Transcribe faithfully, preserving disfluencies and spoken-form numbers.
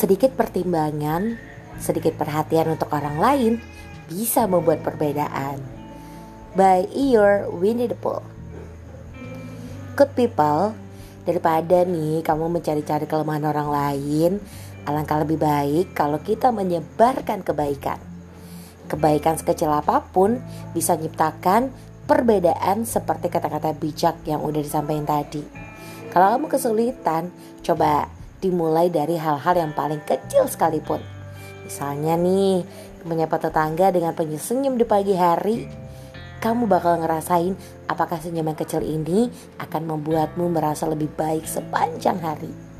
Sedikit pertimbangan, sedikit perhatian untuk orang lain bisa membuat perbedaan. By Eeyore Winnie the Pooh. Good people, daripada nih kamu mencari-cari kelemahan orang lain, alangkah lebih baik kalau kita menyebarkan kebaikan. Kebaikan sekecil apapun bisa menciptakan perbedaan seperti kata-kata bijak yang udah disampaikan tadi. Kalau kamu kesulitan, coba dimulai dari hal-hal yang paling kecil sekalipun. Misalnya nih, menyapa tetangga dengan senyum di pagi hari. Kamu bakal ngerasain apakah senyuman kecil ini akan membuatmu merasa lebih baik sepanjang hari.